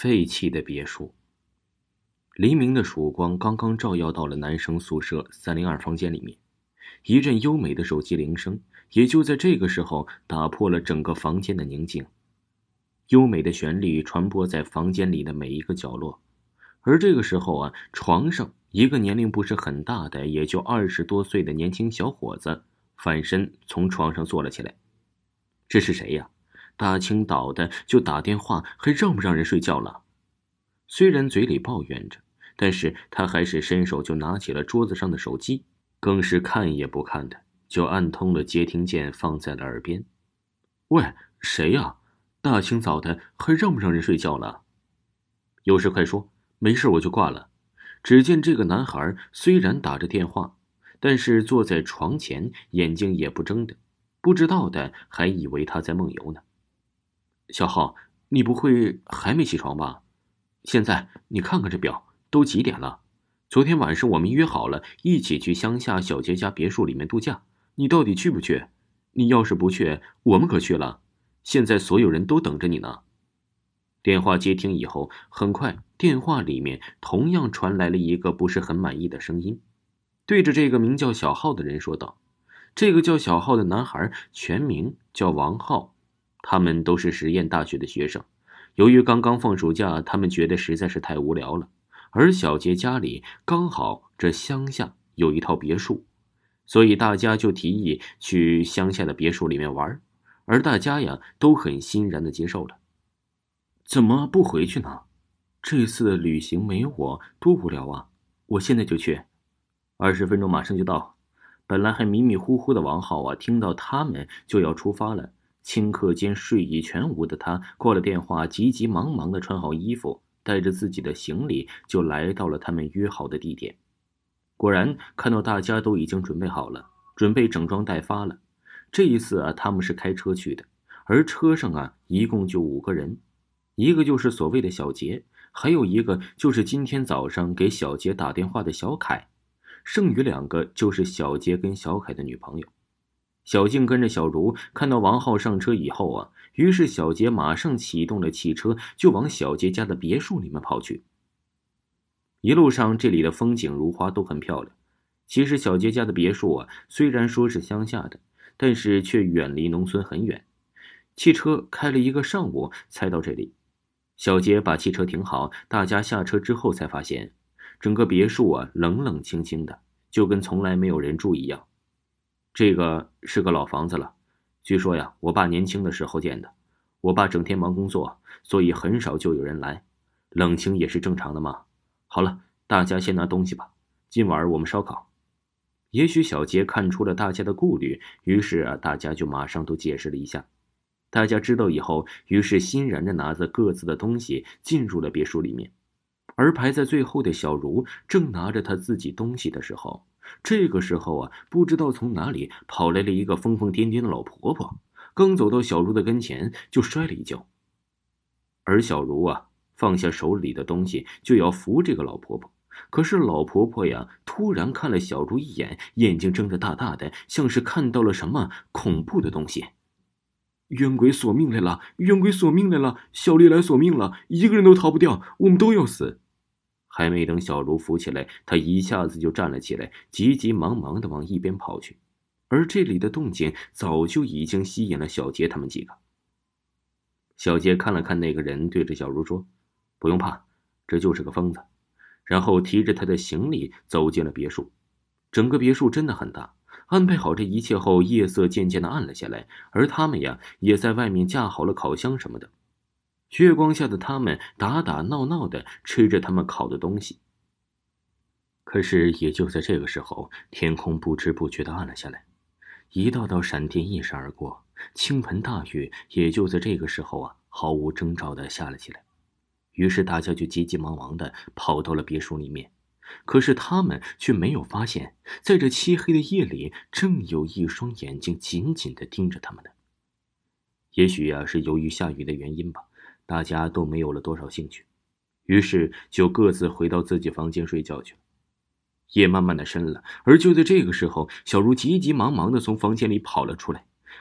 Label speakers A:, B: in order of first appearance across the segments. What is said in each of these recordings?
A: 废弃的别墅。黎明的曙光刚刚照耀到了男生宿舍302房间里面，一阵优美的手机铃声也就在这个时候打破了整个房间的宁静。优美的旋律传播在房间里的每一个角落，而这个时候床上一个年龄不是很大的也就20多岁的年轻小伙子反身从床上坐了起来。这是谁呀？大清早的就打电话，还让不让人睡觉了？虽然嘴里抱怨着，但是他还是伸手就拿起了桌子上的手机，更是看也不看的就按通了接听键，放在了耳边。喂，谁呀？大清早的还让不让人睡觉了？有事快说，没事我就挂了。只见这个男孩虽然打着电话，但是坐在床前，眼睛也不睁的，不知道的还以为他在梦游呢。小浩，你不会还没起床吧？现在你看看这表，都几点了？昨天晚上我们约好了一起去乡下小杰家别墅里面度假，你到底去不去？你要是不去，我们可去了。现在所有人都等着你呢。电话接听以后，很快电话里面同样传来了一个不是很满意的声音，对着这个名叫小浩的人说道。这个叫小浩的男孩全名叫王浩，他们都是实验大学的学生。由于刚刚放暑假，他们觉得实在是太无聊了，而小杰家里刚好这乡下有一套别墅，所以大家就提议去乡下的别墅里面玩，而大家都很欣然的接受了。怎么不回去呢？这次的旅行没有我多无聊啊！我现在就去，20分钟马上就到。本来还迷迷糊糊的王浩听到他们就要出发了，顷刻间睡意全无的他挂了电话，急急忙忙的穿好衣服，带着自己的行李就来到了他们约好的地点。果然看到大家都已经准备好了，准备整装待发了。这一次他们是开车去的，而车上一共就5个人，一个就是所谓的小杰，还有一个就是今天早上给小杰打电话的小凯，剩余2个就是小杰跟小凯的女朋友。小静跟着小茹看到王浩上车以后于是小杰马上启动了汽车，就往小杰家的别墅里面跑去。一路上这里的风景如花，都很漂亮。其实小杰家的别墅虽然说是乡下的，但是却远离农村很远，汽车开了1个上午才到这里。小杰把汽车停好，大家下车之后才发现整个别墅冷冷清清的，就跟从来没有人住一样。这个是个老房子了，据说我爸年轻的时候建的。我爸整天忙工作，所以很少就有人来，冷清也是正常的嘛。好了，大家先拿东西吧，今晚我们烧烤。也许小杰看出了大家的顾虑，于是大家就马上都解释了一下。大家知道以后，于是欣然地拿着各自的东西进入了别墅里面。而排在最后的小茹正拿着她自己东西的时候，这个时候不知道从哪里跑来了一个疯疯癫癫的老婆婆，刚走到小茹的跟前就摔了一跤。而小茹放下手里的东西就要扶这个老婆婆，可是老婆婆突然看了小茹一眼，眼睛睁得大大的，像是看到了什么恐怖的东西。冤鬼索命来了，冤鬼索命来了，小丽来索命了，一个人都逃不掉，我们都要死。还没等小茹扶起来，她一下子就站了起来，急急忙忙地往一边跑去。而这里的动静早就已经吸引了小杰他们几个。小杰看了看那个人，对着小茹说：“不用怕，这就是个疯子。”然后提着他的行李走进了别墅。整个别墅真的很大，安排好这一切后，夜色渐渐地暗了下来，而他们也在外面架好了烤箱什么的。月光下的他们打打闹闹的吃着他们烤的东西。可是也就在这个时候，天空不知不觉地暗了下来，一道道闪电一闪而过，倾盆大雨也就在这个时候毫无征兆地下了起来。于是大家就急急忙忙地跑到了别墅里面，可是他们却没有发现，在这漆黑的夜里，正有一双眼睛紧紧地盯着他们呢。也许是由于下雨的原因吧，大家都没有了多少兴趣，于是就各自回到自己房间睡觉去了。夜慢慢的深了，而就在这个时候，小茹急急忙忙的从房间里跑了出来，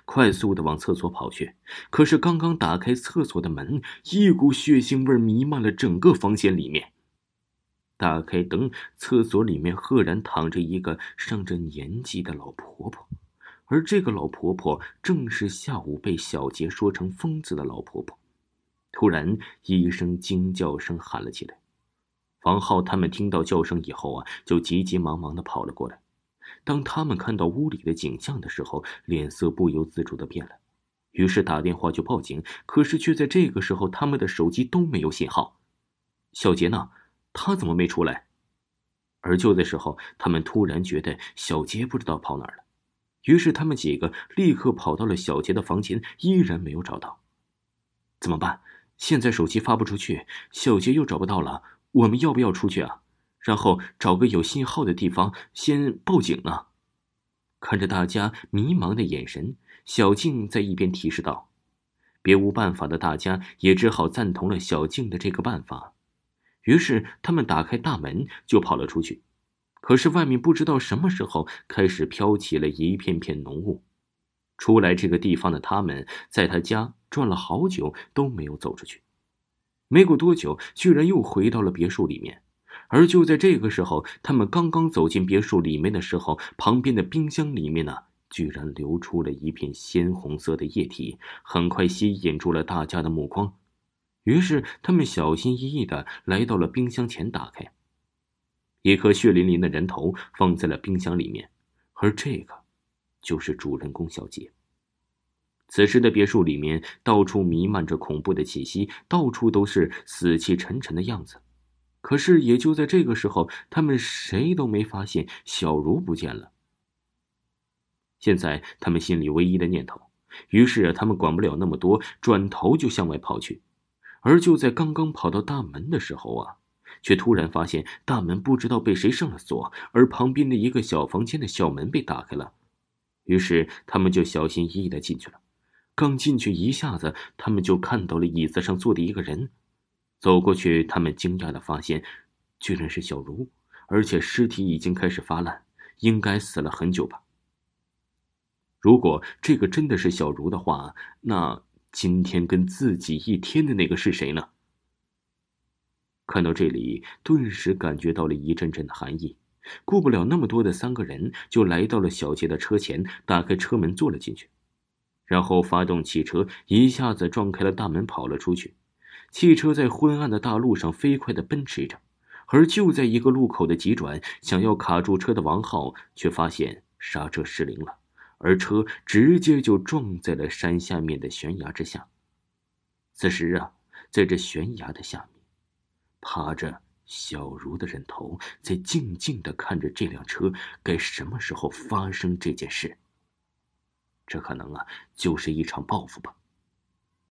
A: 快速地往厕所跑去。可是刚刚打开厕所的门，一股血腥味弥漫了整个房间里面。打开灯，厕所里面赫然躺着一个上着年纪的老婆婆，而这个老婆婆正是下午被小杰说成疯子的老婆婆。突然，一声惊叫声喊了起来。王浩他们听到叫声以后就急急忙忙地跑了过来。当他们看到屋里的景象的时候，脸色不由自主地变了，于是打电话就报警。可是却在这个时候，他们的手机都没有信号。小杰呢？他怎么没出来？而就在时候，他们突然觉得小杰不知道跑哪儿了，于是他们几个立刻跑到了小杰的房间，依然没有找到。怎么办？现在手机发不出去，小杰又找不到了，我们要不要出去啊？然后找个有信号的地方先报警呢？看着大家迷茫的眼神，小静在一边提示道。别无办法的大家也只好赞同了小静的这个办法。于是他们打开大门就跑了出去。可是外面不知道什么时候开始飘起了一片片浓雾。出来这个地方的他们，在他家转了好久都没有走出去。没过多久，居然又回到了别墅里面。而就在这个时候，他们刚刚走进别墅里面的时候，旁边的冰箱里面居然流出了一片鲜红色的液体，很快吸引住了大家的目光。于是他们小心翼翼地来到了冰箱前，打开一颗血淋淋的人头放在了冰箱里面，而这个就是主人公小杰。此时的别墅里面到处弥漫着恐怖的气息，到处都是死气沉沉的样子。可是也就在这个时候，他们谁都没发现小茹不见了。现在他们心里唯一的念头，于是他们管不了那么多，转头就向外跑去。而就在刚刚跑到大门的时候却突然发现大门不知道被谁上了锁，而旁边的一个小房间的小门被打开了。于是他们就小心翼翼地进去了。刚进去一下子，他们就看到了椅子上坐的一个人。走过去，他们惊讶地发现，居然是小茹，而且尸体已经开始发烂，应该死了很久吧。如果这个真的是小茹的话，那今天跟自己一天的那个是谁呢？看到这里，顿时感觉到了一阵阵的寒意。顾不了那么多的三个人，就来到了小杰的车前，打开车门坐了进去，然后发动汽车，一下子撞开了大门，跑了出去。汽车在昏暗的大路上飞快地奔驰着，而就在一个路口的急转，想要卡住车的王浩却发现刹车失灵了，而车直接就撞在了山下面的悬崖之下。此时在这悬崖的下面，趴着小茹的人头，在静静地看着这辆车该什么时候发生这件事。这可能就是一场报复吧。